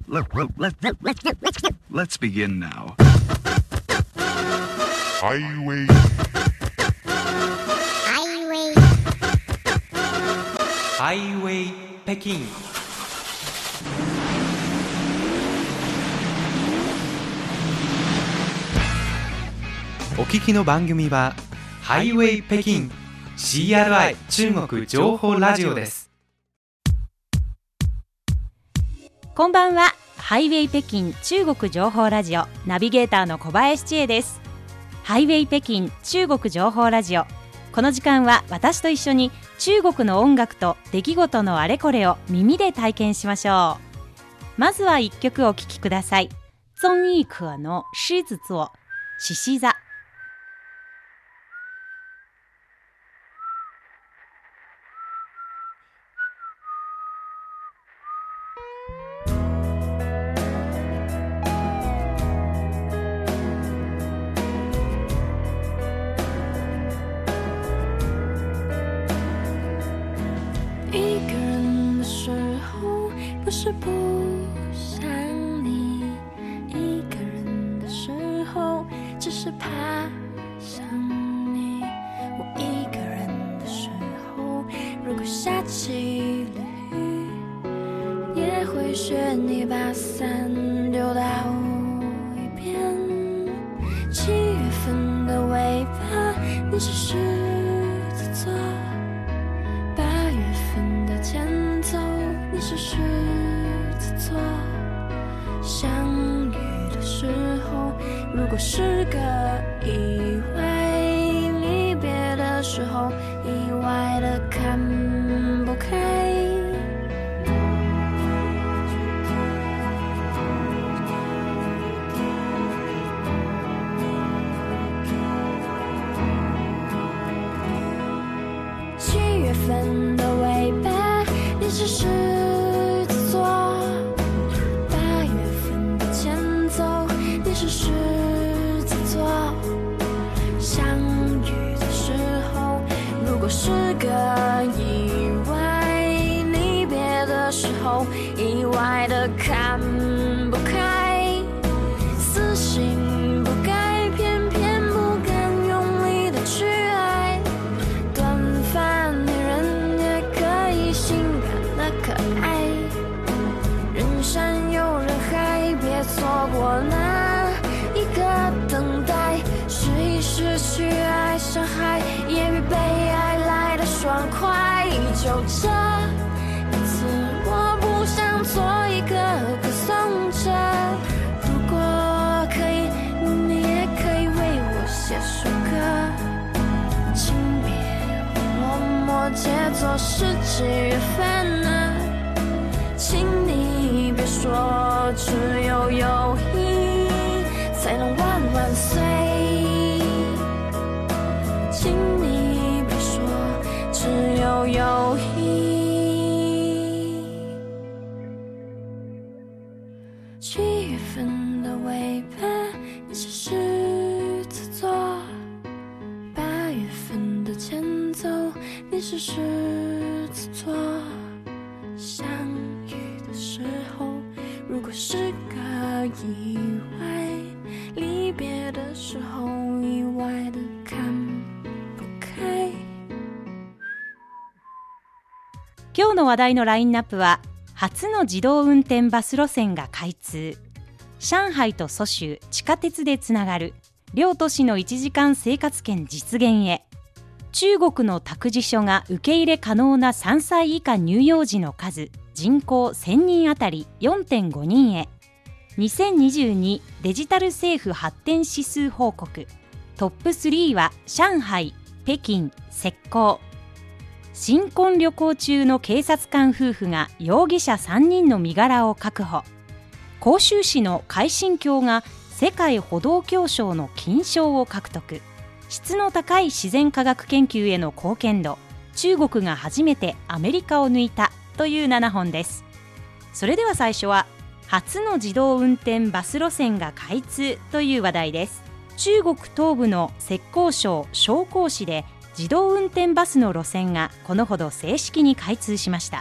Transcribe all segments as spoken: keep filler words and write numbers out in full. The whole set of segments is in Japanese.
Let, let, let, let, let, let's begin now. Highway Highway Highway 北京。お聞きの番組はハイウェイ北京 シーアールアイ 中国情報ラジオです。 こんばんは。ハイウェイ北京中国情報ラジオナビゲーターの小林千恵です。ハイウェイ北京中国情報ラジオ、この時間は私と一緒に中国の音楽と出来事のあれこれを耳で体験しましょう。まずは一曲お聴きください。曾轶可の獅子座獅子座。 是不想你，一个人的时候只是怕想你。我一个人的时候，如果下起了雨，也会学你把伞丢到一边。七月份的尾巴，你是狮子座；八月份的前奏，你是狮子座。相遇的时候，如果是个意外，离别的时候，意外的看不开。七月份的尾巴，你是狮子座；八月份的前奏，你是狮子座。相遇的时候，如果是个意外，离别的时候，意外的看不开。死心不改，偏偏不敢用力的去爱。短发女人也可以性感的可爱。人山又人海，别错过那一个等待。试一试去爱上海，也比被爱来的爽快。就这一次，我不想做一个歌颂者。如果可以，你也可以为我写首歌。请别默默节奏是几月份呢？请你别说只有友谊才能万万岁。请你别说只有友谊。七月份的尾巴，你是狮子座；八月份的前奏，你是狮子座。相遇的时候，如果是个意外，离别的时候，意外的看不開。 今日の話題のラインナップは、初の自動運転バス路線が開通、上海と蘇州地下鉄でつながる、両都市のいちじかん生活圏実現へ、中国の託児所が受け入れ可能なさんさい以下乳幼児の数、人口せんにんあたり よんてんごにんへ、にせんにじゅうにデジタル政府発展指数報告、トップスリーは上海、北京、浙江。新婚旅行中の警察官夫婦が容疑者さんにんの身柄を確保。広州市の海信橋が世界歩道橋賞の金賞を獲得。質の高い自然科学研究への貢献度、中国が初めてアメリカを抜いたというななほんです。それでは最初は、初の自動運転バス路線が開通という話題です。中国東部の浙江省紹興市で自動運転バスの路線がこのほど正式に開通しました。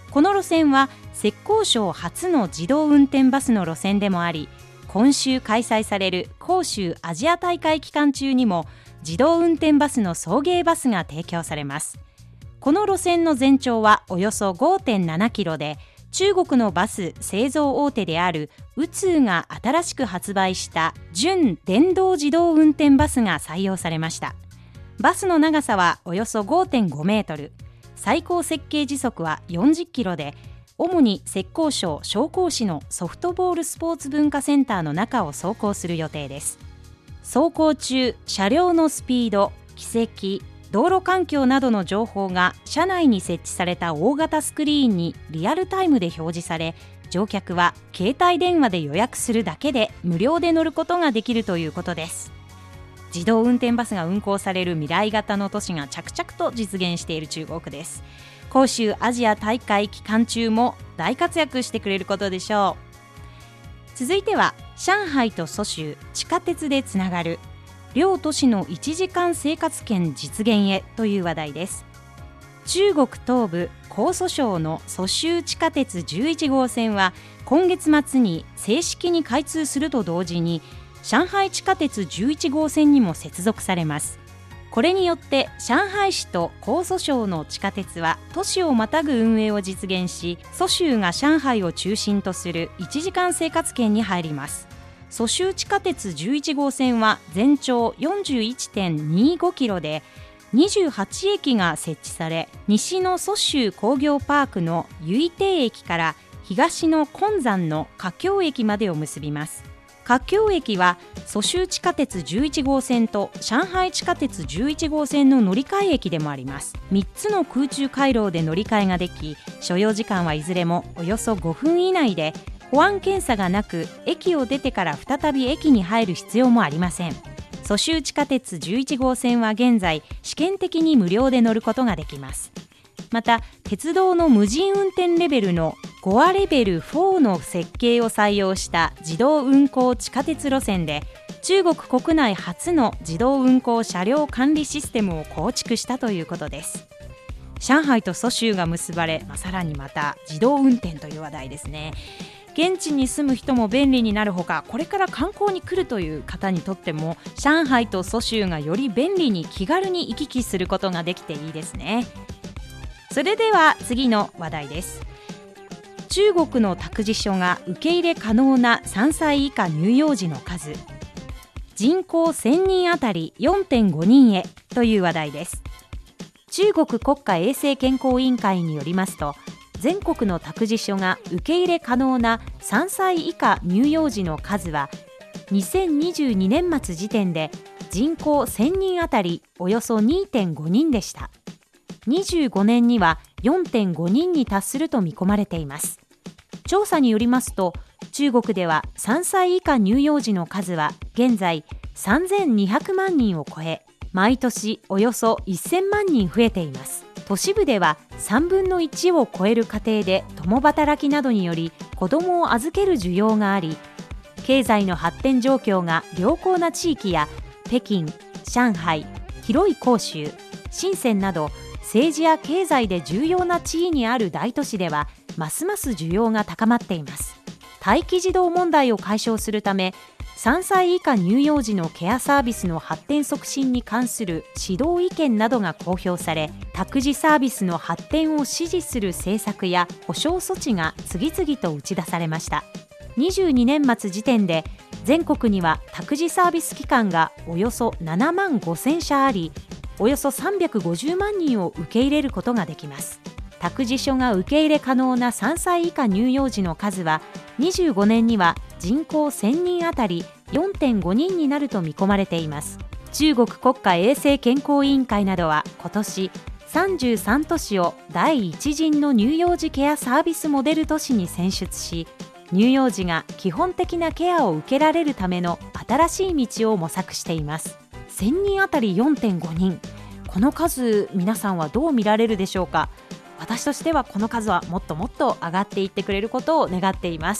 この路線は浙江省初の自動運転バスの路線でもあり、今週開催される広州アジア大会期間中にも自動運転バスの送迎バスが提供されます。この路線の全長はおよそ ごてんななキロで、中国のバス製造大手である宇通が新しく発売した純電動自動運転バスが採用されました。バスの長さはおよそ ごてんごメートル、最高設計時速はよんじゅっキロで、主に浙江省紹興市のソフトボールスポーツ文化センターの中を走行する予定です。走行中、車両のスピード、軌跡、道路環境などの情報が車内に設置された大型スクリーンにリアルタイムで表示され、乗客は携帯電話で予約するだけで無料で乗ることができるということです。自動運転バスが運行される未来型の都市が着々と実現している中国です。広州アジア大会期間中も大活躍してくれることでしょう。続いては上海と蘇州、地下鉄でつながる両都市のいちじかん生活圏実現へという話題です。中国東部江蘇省の蘇州地下鉄じゅういち号線は今月末に正式に開通すると同時に、上海地下鉄じゅういち号線にも接続されます。これによって上海市と江蘇省の地下鉄は都市をまたぐ運営を実現し、蘇州が上海を中心とするいちじかん生活圏に入ります。蘇州地下鉄じゅういち号線は全長 よんじゅういってんにごキロでにじゅうはちえきが設置され、西の蘇州工業パークの由定駅から東の金山の華僑駅までを結びます。華僑駅は蘇州地下鉄じゅういち号線と上海地下鉄じゅういち号線の乗り換え駅でもあります。みっつの空中回廊で乗り換えができ、所要時間はいずれもおよそごふん以内で、保安検査がなく、駅を出てから再び駅に入る必要もありません。蘇州地下鉄じゅういち号線は現在試験的に無料で乗ることができます。また鉄道の無人運転レベルのゴアレベルフォーの設計を採用した自動運行地下鉄路線で、中国国内初の自動運行車両管理システムを構築したということです。上海と蘇州が結ばれ、まあ、さらにまた自動運転という話題ですね。現地に住む人も便利になるほか、これから観光に来るという方にとっても上海と蘇州がより便利に気軽に行き来することができていいですね。それでは次の話題です。中国の託児所が受け入れ可能なさんさい以下乳幼児の数、人口せんにんあたり よんてんごにんへという話題です。中国国家衛生健康委員会によりますと、全国の託児所が受け入れ可能なさんさい以下乳幼児の数はにせんにじゅうにねん末時点で人口せんにんあたりおよそ にてんごにんでした。にじゅうごねんには よんてんごにんに達すると見込まれています。調査によりますと、中国ではさんさい以下乳幼児の数は現在さんぜんにひゃくまんにんを超え、毎年およそせんまんにん増えています。都市部ではさんぶんのいちを超える家庭で共働きなどにより子どもを預ける需要があり、経済の発展状況が良好な地域や北京、上海、広い広州、深センなど政治や経済で重要な地位にある大都市ではますます需要が高まっています。待機児童問題を解消するため、さんさい以下乳幼児のケアサービスの発展促進に関する指導意見などが公表され、託児サービスの発展を支持する政策や保障措置が次々と打ち出されました。にじゅうにねん末時点で全国には託児サービス機関がおよそななまんごせんしゃあり、およそさんびゃくごじゅうまんにんを受け入れることができます。託児所が受け入れ可能なさんさい以下乳幼児の数はにじゅうごねんには人口せんにんあたり よんてんごにんになると見込まれています。中国国家衛生健康委員会などは今年さんじゅうさん都市を第一陣の乳幼児ケアサービスモデル都市に選出し、乳幼児が基本的なケアを受けられるための新しい道を模索しています。せんにんあたり よんてんごにん、この数皆さんはどう見られるでしょうか。私としてはこの数はもっともっと上がっていってくれることを願っています。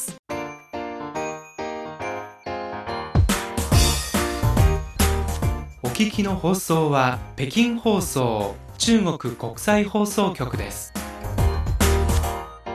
お聞きの放送は北京放送中国国際放送局です。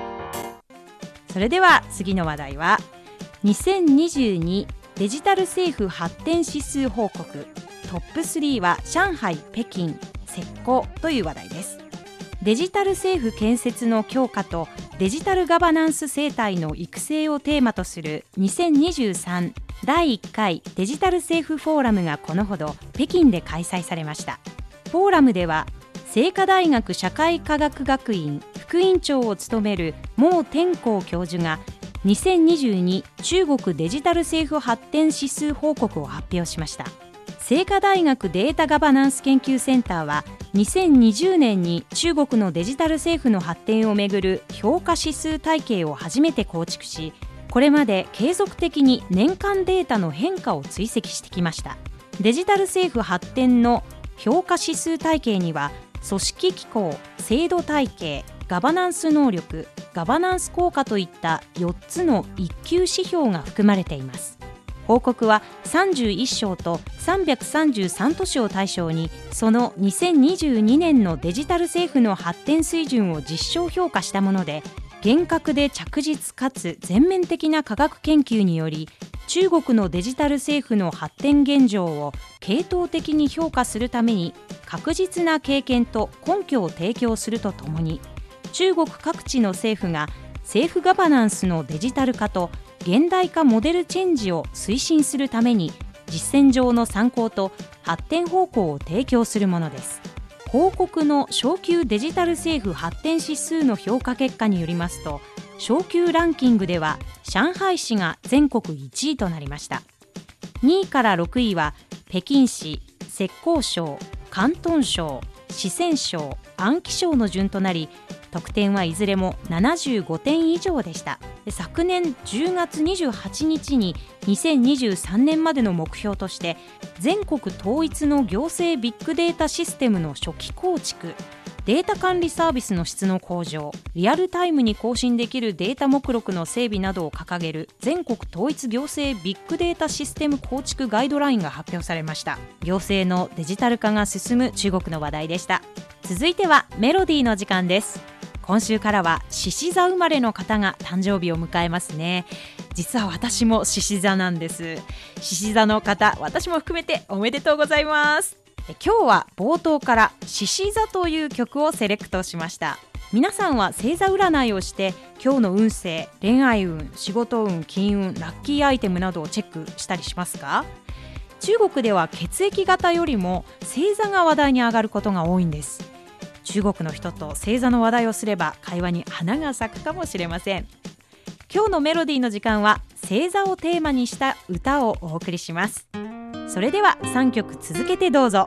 それでは次の話題はにせんにじゅうにデジタル政府発展指数報告トップスリーは上海、北京、浙江という話題です。デジタル政府建設の強化とデジタルガバナンス生態の育成をテーマとするにせんにじゅうさんだいいっかいデジタル政府フォーラムがこのほど北京で開催されました。フォーラムでは清華大学社会科学学院副院長を務める毛天光教授がにせんにじゅうに中国デジタル政府発展指数報告を発表しました。清華大学データガバナンス研究センターはにせんにじゅうねんに中国のデジタル政府の発展をめぐる評価指数体系を初めて構築し、これまで継続的に年間データの変化を追跡してきました。デジタル政府発展の評価指数体系には組織機構、制度体系、ガバナンス能力、ガバナンス効果といったよっつの一級指標が含まれています。報告はさんじゅういっ省とさんびゃくさんじゅうさん都市を対象に、そのにせんにじゅうにねんのデジタル政府の発展水準を実証評価したもので、厳格で着実かつ全面的な科学研究により、中国のデジタル政府の発展現状を系統的に評価するために確実な経験と根拠を提供するとともに、中国各地の政府が政府ガバナンスのデジタル化と現代化モデルチェンジを推進するために実践上の参考と発展方向を提供するものです。報告の昇級デジタル政府発展指数の評価結果によりますと、昇級ランキングでは上海市が全国いちいとなりました。にいからろくいは北京市、浙江省、広東省、四川省、安徽省の順となり、得点はいずれもななじゅうごてん以上でした。昨年じゅうがつにじゅうはちにちににせんにじゅうさんねんまでの目標として全国統一の行政ビッグデータシステムの初期構築、データ管理サービスの質の向上、リアルタイムに更新できるデータ目録の整備などを掲げる全国統一行政ビッグデータシステム構築ガイドラインが発表されました。行政のデジタル化が進む中国の話題でした。続いてはメロディーの時間です。今週からは獅子座生まれの方が誕生日を迎えますね。実は私も獅子座なんです。獅子座の方、私も含めておめでとうございます。今日は冒頭から獅子座という曲をセレクトしました。皆さんは星座占いをして今日の運勢、恋愛運、仕事運、金運、ラッキーアイテムなどをチェックしたりしますか？中国では血液型よりも星座が話題に上がることが多いんです。中国の人と星座の話題をすれば会話に花が咲くかもしれません。今日のメロディーの時間は星座をテーマにした歌をお送りします。それではさんきょく続けてどうぞ。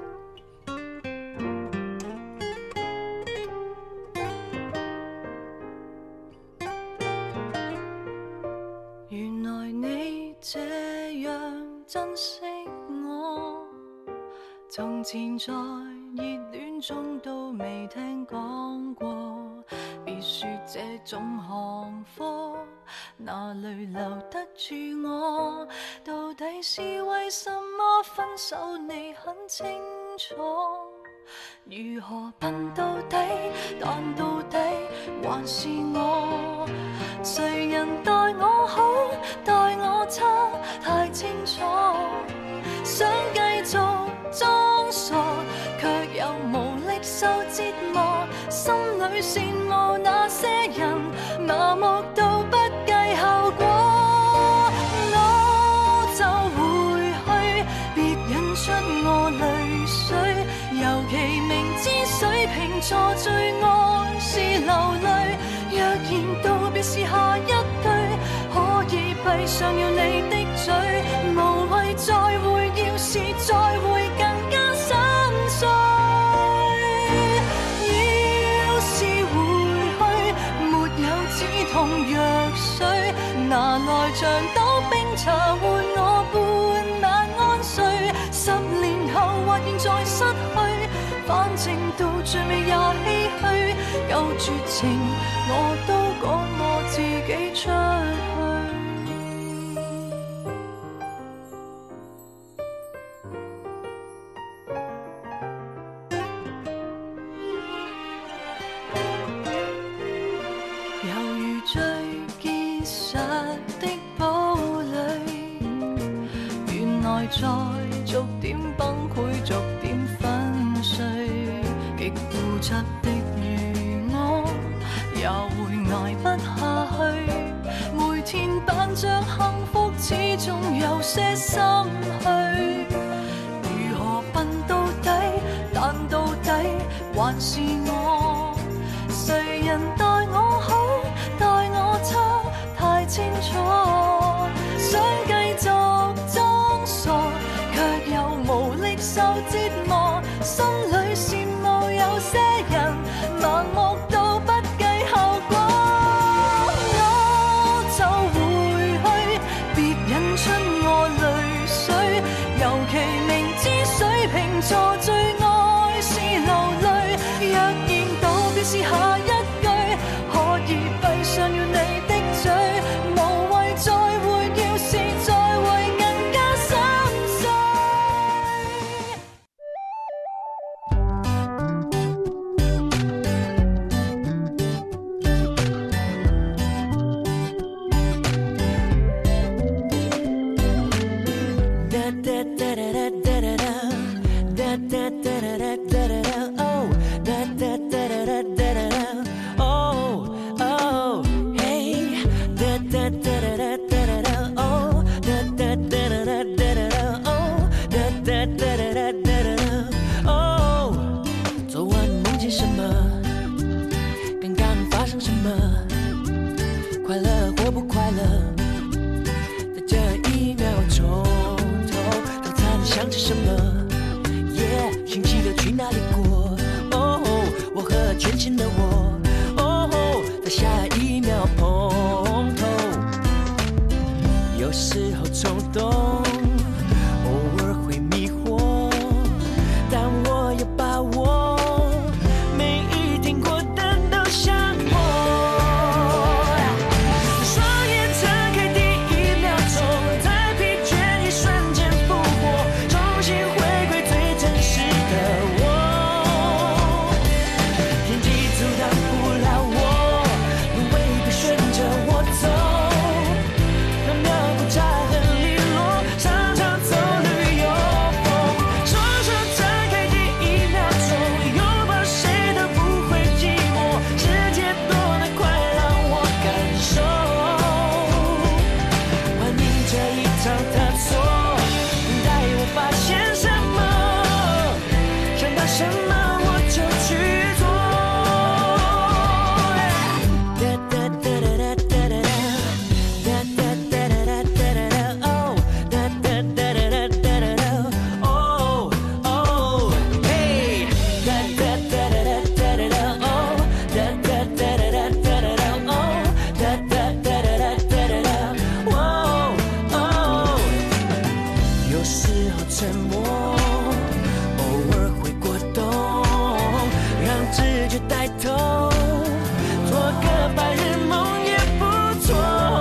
原來你這樣珍惜我，從前在熱戀中都未聽講過，別說這種行貨哪裏留得住我，到底是為什麼分手你很清楚，如何笨到底，但到底還是我，誰人待我好待我差太清楚，想繼續裝傻卻又無力受折磨，心裏羨慕那些人麻木到不計後果，我就回去別引出我淚水，尤其明知水瓶座最愛是流淚，若然道別是下一句，可以閉上了你的嘴，無謂再會，要是再會更加心碎，要是回去沒有止痛藥水，拿來像斗冰茶換我半晚安睡，十年後或現在失去，反正到最尾也唏噓，有絕情我都趕我自己出去。猶如最結在逐點崩潰，逐點粉碎。極固執的如我，也會捱不下去。每天扮着幸福，始終有些心虛。如何笨到底？但到底還是我。誰人待我好，待我差，太清楚。想繼續裝傻，卻又無力受折磨。心裏羨慕有些人盲目到不計後果。我就回去，別引出我淚水。尤其明知水瓶座最愛是流淚。若見到表示下一句，可以閉上了你的嘴，無謂再會，要是再會更加心碎。昨晚夢見什麼？剛剛發生什麼？快樂或不快樂？在這一秒鐘頭，早餐你想吃什麼？耶，星期六去哪裡過？哦，我和全新的我，哦，在下一秒碰頭。有時候衝動，偶爾會迷惑，但我有把握，每一天過得都像我。雙眼睜開第一秒鐘，在疲倦一瞬間復活，重新回歸最真實的我。天氣阻擋不了我，路未必順着我走，分秒不差很利落，常常走旅遊風。雙手張開第一秒鐘，擁抱誰都不會寂寞，世界多得快讓我感受。歡迎這一場探索，帶我發現什麼，想到什麼我就去做。有時候沉默，偶爾會過動，讓直覺帶頭，做個白日夢也不錯。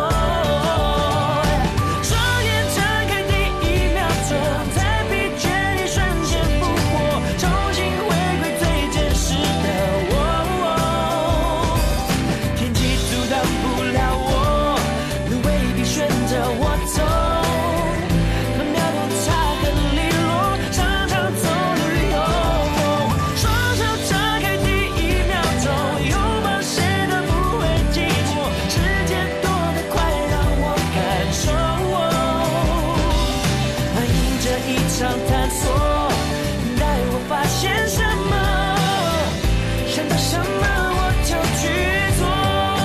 雙眼睜開第一秒鐘，在疲倦一瞬間復活，重新回歸最真實的我。天氣阻擋不了我，路未必順着我走，分秒都差很利落，常常走旅遊風。雙手張開第一秒鐘，擁抱誰都不會寂寞，世界多得快讓我感受。歡迎這一場探索，帶我發現什麼，想到什麼我就去做。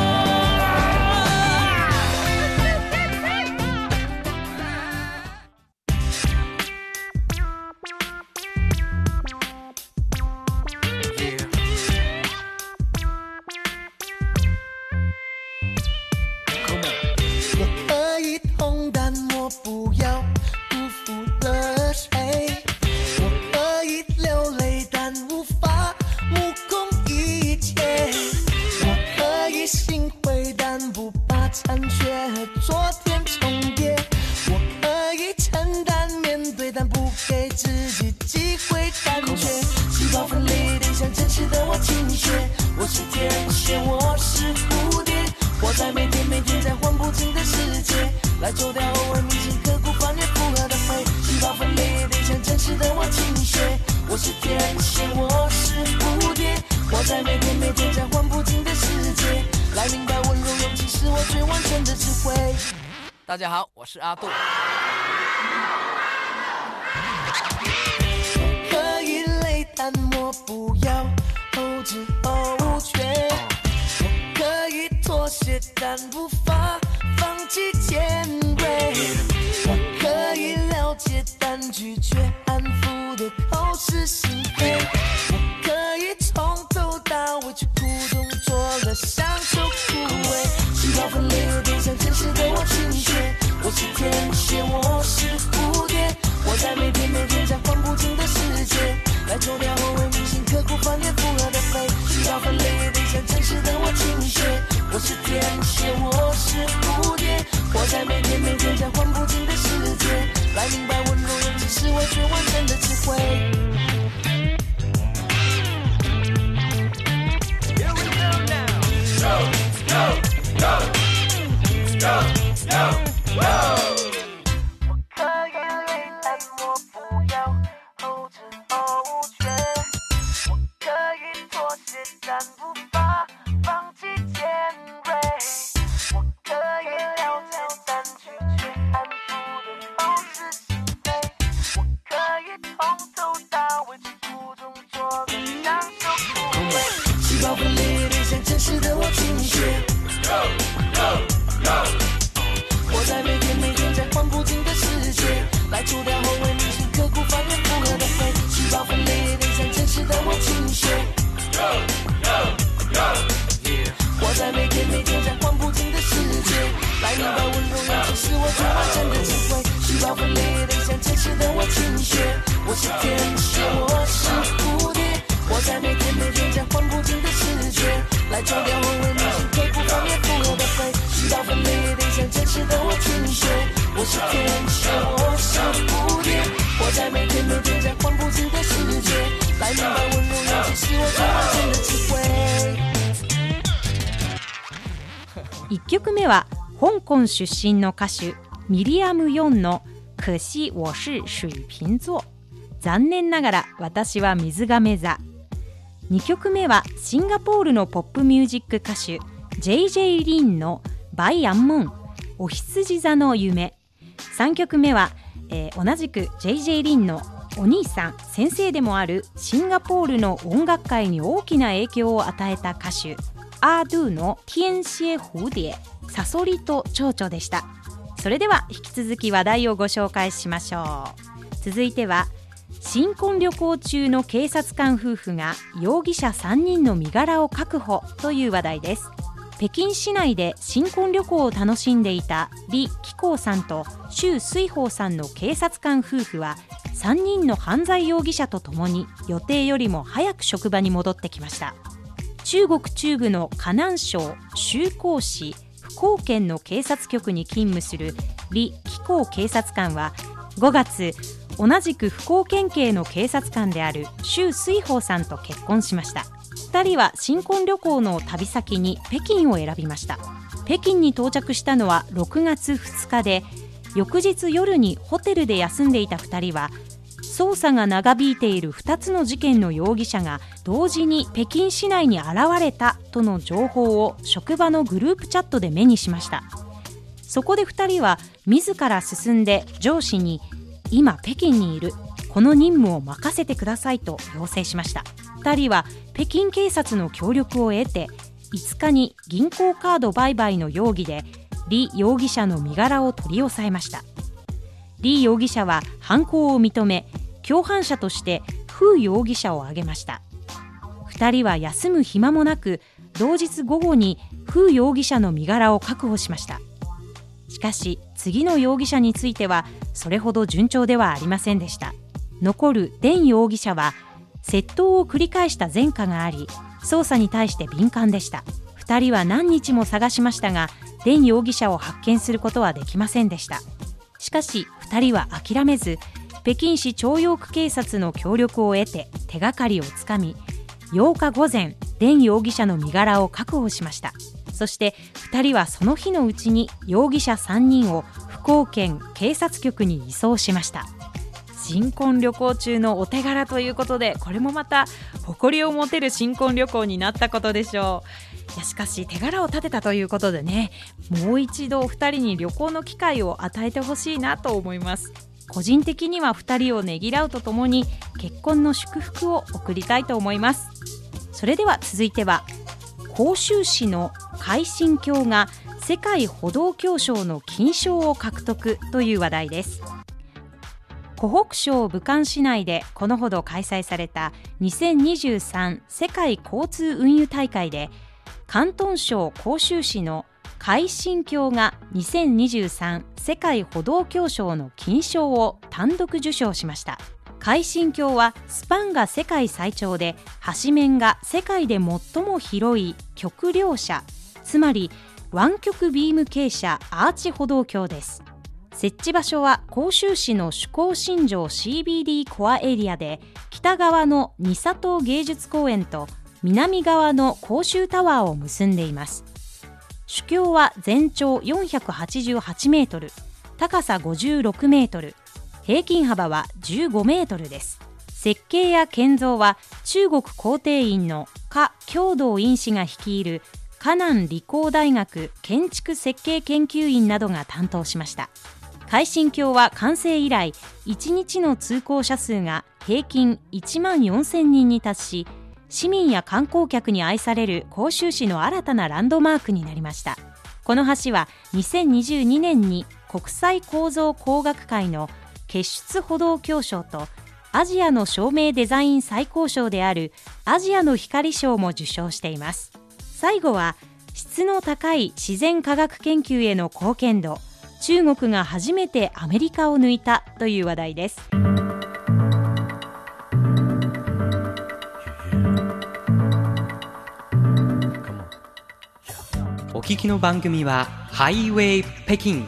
我可以痛，但我不要辜負了誰。我可以流淚，但無法目空一切。我可以心灰，但不怕殘缺和昨天重疊。我可以承擔面對，但不給自己機會感覺。細胞分裂得像真實的我傾斜。我是天蠍，我是蝴蝶，活在每天每天在換不盡的世界，來走掉偶爾銘心刻骨翻越複合的灰。細胞分大家好，我是阿杜。 可以累，但我不要后知后觉。我可以妥协，但无法放弃尖锐。我可以了解，但拒绝安抚的口是心非。我可以从头到尾去苦动做了享受枯萎。细胞分裂有点像真实的我倾斜。我是天蝎，我是蝴蝶。我在每天每天在换不尽的世界，来抽掉后为明星刻苦翻脸复合的肺。细胞分裂有点像真实的我倾斜。我是天蝎，我是蝴蝶。我在每天每天在换不尽的世界，来明白温柔勇气是我最完整的智慧。Here we go now. Go, go, go, go, go, go. 我可以累，但我不要后知后觉。我可以妥协，但无法放弃尖锐。我可以了解，但拒绝安抚的口是心非。我可以从头到尾去苦中作乐，享受枯萎。细胞分裂有点像真实的我倾斜。我在每天每天在换不尽的世界，来除掉后为明星刻苦翻脸复合的肺。细胞分裂有点像真实的我倾斜。我在每天每天在换不尽的世界，来明白温柔勇气是我最完整的智慧。细胞分裂有点像真实的我倾斜。我是天蝎，我是蝴蝶。我在每天每天在换不尽的世界，来抽掉后为明星刻苦翻脸复合的肺。细胞分裂有点像真实的我倾斜。我是天蝎，我是蝴蝶。我在每天每天在换不尽的世界，来明白温柔勇气是我最完整的智慧。 いっきょくめは香港出身の歌手ミリアム・ヨンの可惜我是水瓶座、残念ながら私は水亀座。にきょくめはシンガポールのポップミュージック歌手 ジェイジェイ リンのバイ・アンモン、お羊座の夢。さんきょくめは、えー、同じく ジェイジェイ リンのお兄さん先生でもあるシンガポールの音楽界に大きな影響を与えた歌手アードゥの天蝎蝴蝶、サソリと蝶々でした。それでは引き続き話題をご紹介しましょう。続いては新婚旅行中の警察官夫婦が容疑者さんにんの身柄を確保という話題です。北京市内で新婚旅行を楽しんでいた李紀光さんと周水宝さんの警察官夫婦はさんにんの犯罪容疑者とともに予定よりも早く職場に戻ってきました。中国中部の河南省周口市福建県の警察局に勤務する李紀光警察官はごがつ、同じく福建県警の警察官である周水宝さんと結婚しました。ふたりは新婚旅行の旅先に北京を選びました。北京に到着したのはろくがつふつかで、翌日夜にホテルで休んでいたふたりは捜査が長引いているふたつの事件の容疑者が同時に北京市内に現れたとの情報を職場のグループチャットで目にしました。そこでふたりは自ら進んで上司に今北京にいる、この任務を任せてくださいと要請しました。ふたりは北京警察の協力を得ていつかに銀行カード売買の容疑で李容疑者の身柄を取り押さえました。李容疑者は犯行を認め、共犯者として風容疑者を挙げました。ふたりは休む暇もなく同日午後に風容疑者の身柄を確保しました。しかし次の容疑者についてはそれほど順調ではありませんでした。残る伝容疑者は窃盗を繰り返した前科があり、捜査に対して敏感でした。ふたりは何日も探しましたが伝容疑者を発見することはできませんでした。しかしふたりは諦めず、北京市朝陽区警察の協力を得て手がかりをつかみ、ようか午前、伝容疑者の身柄を確保しました。そしてふたりはその日のうちに容疑者さんにんを福建警察局に移送しました。新婚旅行中のお手柄ということで、これもまた誇りを持てる新婚旅行になったことでしょう。 いやしかし手柄を立てたということでね、もう一度お二人に旅行の機会を与えてほしいなと思います。個人的にはふたりをねぎらうとともに結婚の祝福を贈りたいと思います。それでは続いては、広州市の海心橋が世界歩道橋賞の金賞を獲得という話題です。湖北省武漢市内でこのほど開催されたにせんにじゅうさん世界交通運輸大会で、広東省広州市の海心橋がにせんにじゅうさん世界歩道橋賞の金賞を単独受賞しました。海心橋はスパンが世界最長で橋面が世界で最も広い極両斜、つまり湾曲ビーム傾斜アーチ歩道橋です。設置場所は広州市の主港新城 シービーディー コアエリアで、北側の二佐島芸術公園と南側の広州タワーを結んでいます。主橋は全長よんひゃくはちじゅうはちメートル、高さごじゅうろくメートル、平均幅はじゅうごメートルです。設計や建造は中国工程院の華共同院士が率いる河南理工大学建築設計研究院などが担当しました。海心橋は完成以来、いちにちの通行者数が平均いちまんよんせんにんに達し、市民や観光客に愛される広州市の新たなランドマークになりました。この橋はにせんにじゅうにねんに国際構造工学会の傑出歩道橋賞とアジアの照明デザイン最高賞であるアジアの光賞も受賞しています。最後は質の高い自然科学研究への貢献度、中国が初めてアメリカを抜いたという話題です。 お聞きの番組はハイウェイ北京。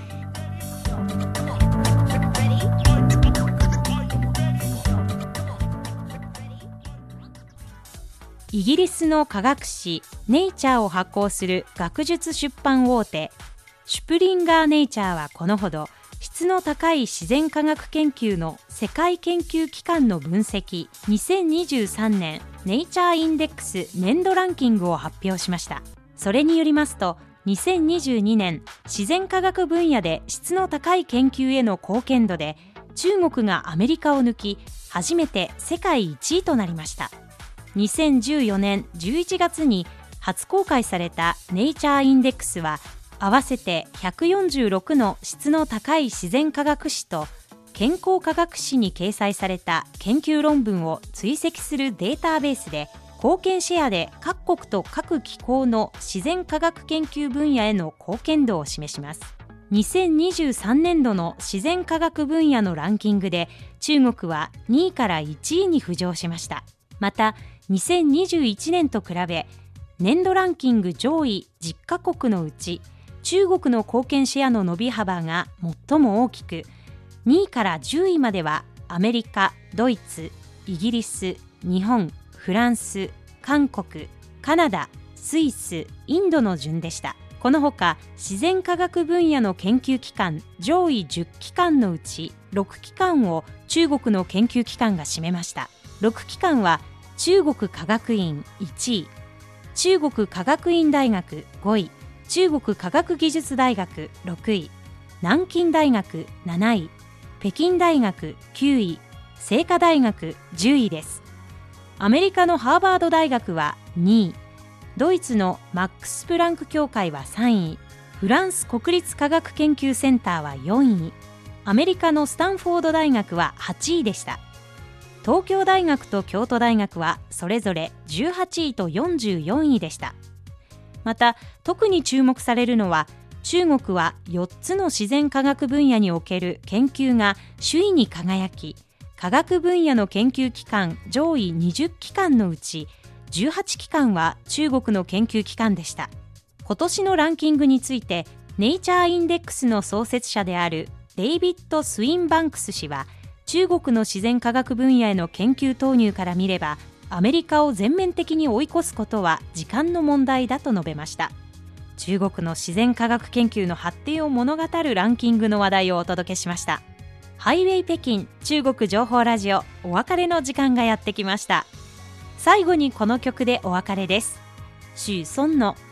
イギリスの科学誌ネイチャーを発行する学術出版大手シュプリンガーネイチャーはこのほど、質の高い自然科学研究の世界研究機関の分析にせんにじゅうさんねんネイチャーインデックス年度ランキングを発表しました。それによりますと、にせんにじゅうにねん自然科学分野で質の高い研究への貢献度で中国がアメリカを抜き、初めて世界いちいとなりました。にせんじゅうよねんじゅういちがつに初公開されたネイチャーインデックスは、合わせてひゃくよんじゅうろくの質の高い自然科学誌と健康科学誌に掲載された研究論文を追跡するデータベースで、貢献シェアで各国と各機構の自然科学研究分野への貢献度を示します。にせんにじゅうさんねんどの自然科学分野のランキングで中国はにいからいちいに浮上しました。またにせんにじゅういちねんと比べ、年度ランキング上位じゅっかこくのうち中国の貢献シェアの伸び幅が最も大きく、にいからじゅういまではアメリカ、ドイツ、イギリス、日本、フランス、韓国、カナダ、スイス、インドの順でした。このほか自然科学分野の研究機関上位じゅっきかんのうちろくきかんを中国の研究機関が占めました。ろくきかんは中国科学院いちい、中国科学院大学ごい、中国科学技術大学ろくい、南京大学なない、北京大学きゅうい、清華大学じゅういです。アメリカのハーバード大学はにい、ドイツのマックス・プランク協会はさんい、フランス国立科学研究センターはよんい、アメリカのスタンフォード大学ははちいでした。東京大学と京都大学はそれぞれじゅうはちいとよんじゅうよんいでした。また特に注目されるのは、中国はよっつの自然科学分野における研究が首位に輝き、科学分野の研究機関上位にじゅっきかんのうちじゅうはちきかんは中国の研究機関でした。今年のランキングについて、ネイチャーインデックスの創設者であるデイビッド・スウィンバンクス氏は、中国の自然科学分野への研究投入から見れば、アメリカを全面的に追い越すことは時間の問題だと述べました。中国の自然科学研究の発展を物語るランキングの話題をお届けしました。ハイウェイ北京中国情報ラジオ、お別れの時間がやってきました。最後にこの曲でお別れです。シュ・ソンの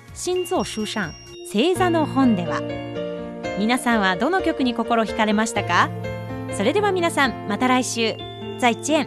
心臓書上星座の本では。皆さんはどの曲に心惹かれましたか？それでは皆さん、また来週。再见。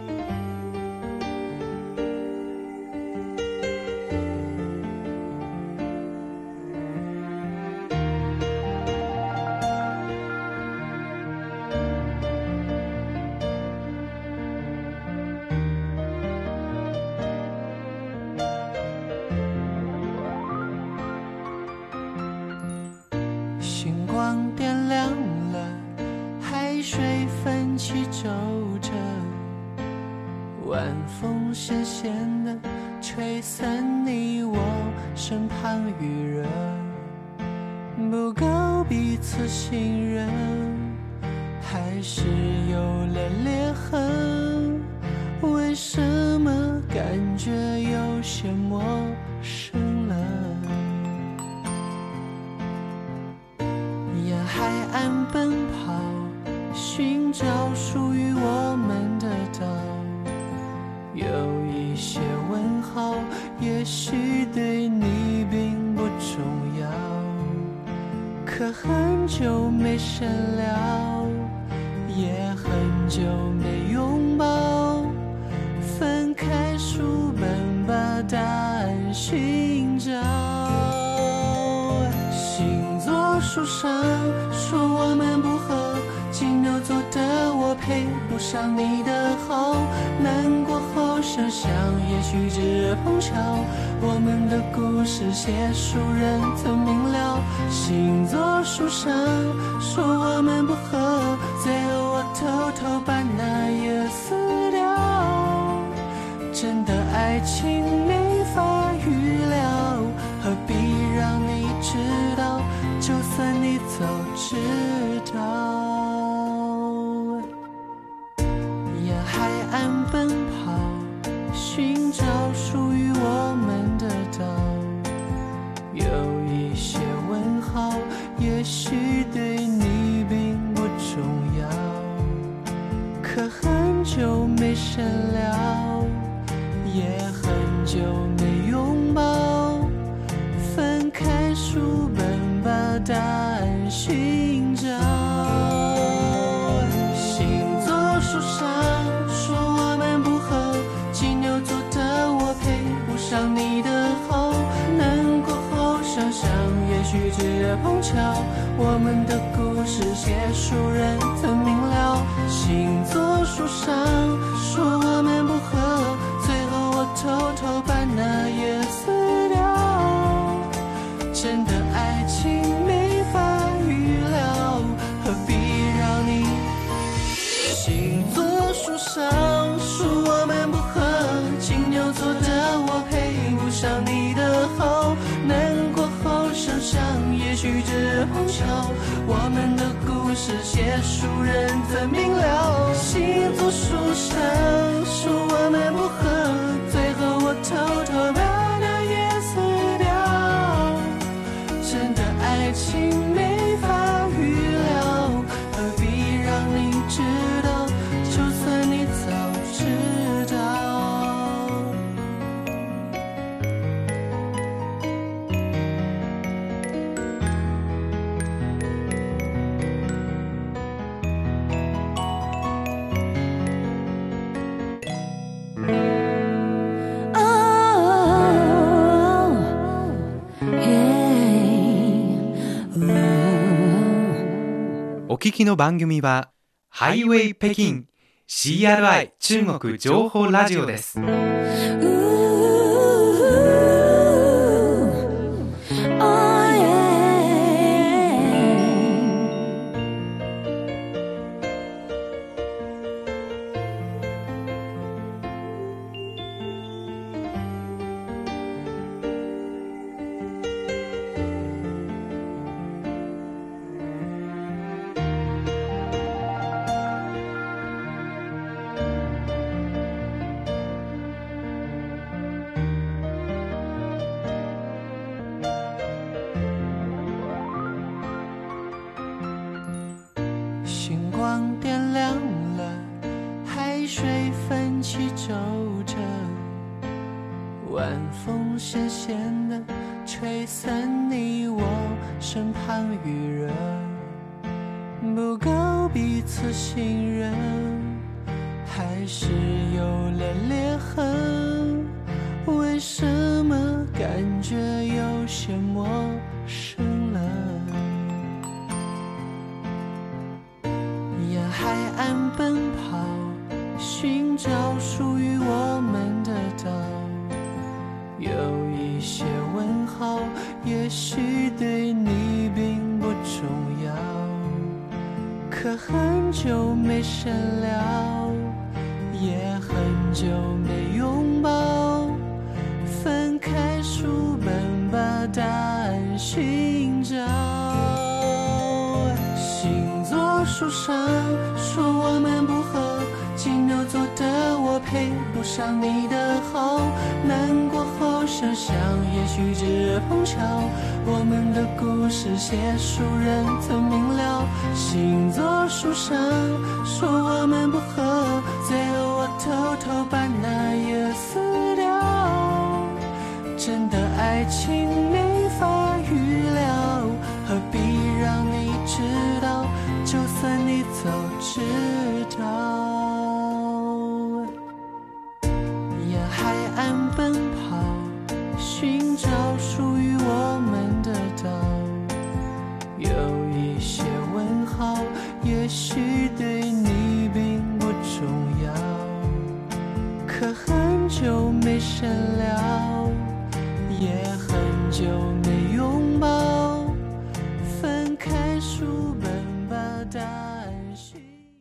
星光点亮了，海水奋起皱褶，晚风咸咸的吹散你我身旁余热，不够彼此信任，还是有了裂痕，为什么感觉有些陌生了？沿海岸奔跑，寻找属于我们的岛，有一些问号，也许对你并不重要，可很久没深聊，也很久没拥抱，分开书本把答案寻找。星座书上说我们不合，金牛座的我配不上你的好，难过后想想也许只碰巧，我们的故事写书人曾明了。星座书上说我们不合，最后我偷偷把那页撕掉，真的爱情没法预料，何必让你知道，就算你早知道。沿海岸奔跑，寻找属于我们的岛，有一些问号，也许对你并不重要，可很久没深聊，也很久没拥抱，分开书本把答案寻找。星座书上说我们不合，金牛座的我配不上你的好，难过后想想也许只碰巧，我们的故事写书人曾明了。星座书上说我们不合，最后我偷偷把那页撕掉，真的爱情没法预料，何必让你。星座书上说我们不合，金牛座的我配不上你的好，难过后想想也许只碰巧，我们的故事写书人曾明了。星座书上说我们不合，最后我偷偷把那页撕掉，真的爱情没法预料，何必让你知道，就算你早知道。 お聞きの番組はハイウェイ北京 シーアールアイ 中国情報ラジオです。星光点亮了，海水奋起皱褶，晚风咸咸的吹吹散你我身旁余热，不够彼此信任，还是有了裂痕。为什么感觉有些陌生了？沿海岸奔跑，寻找属于我们的岛。有一些问号，也许对你并不重要，可很久没深聊，也很久没拥抱，翻开书本把答案寻找。星座书上说我们不合，金牛座的我配不上你的好，难过后想想也许只碰巧，我们的故事写书人曾明了。星座书上说我们不合，最后我偷偷把那页撕掉。真的爱情没法预料，何必让你知道，就算你早知道。沿海岸奔跑，寻找属于我们的岛。有一些问号，也许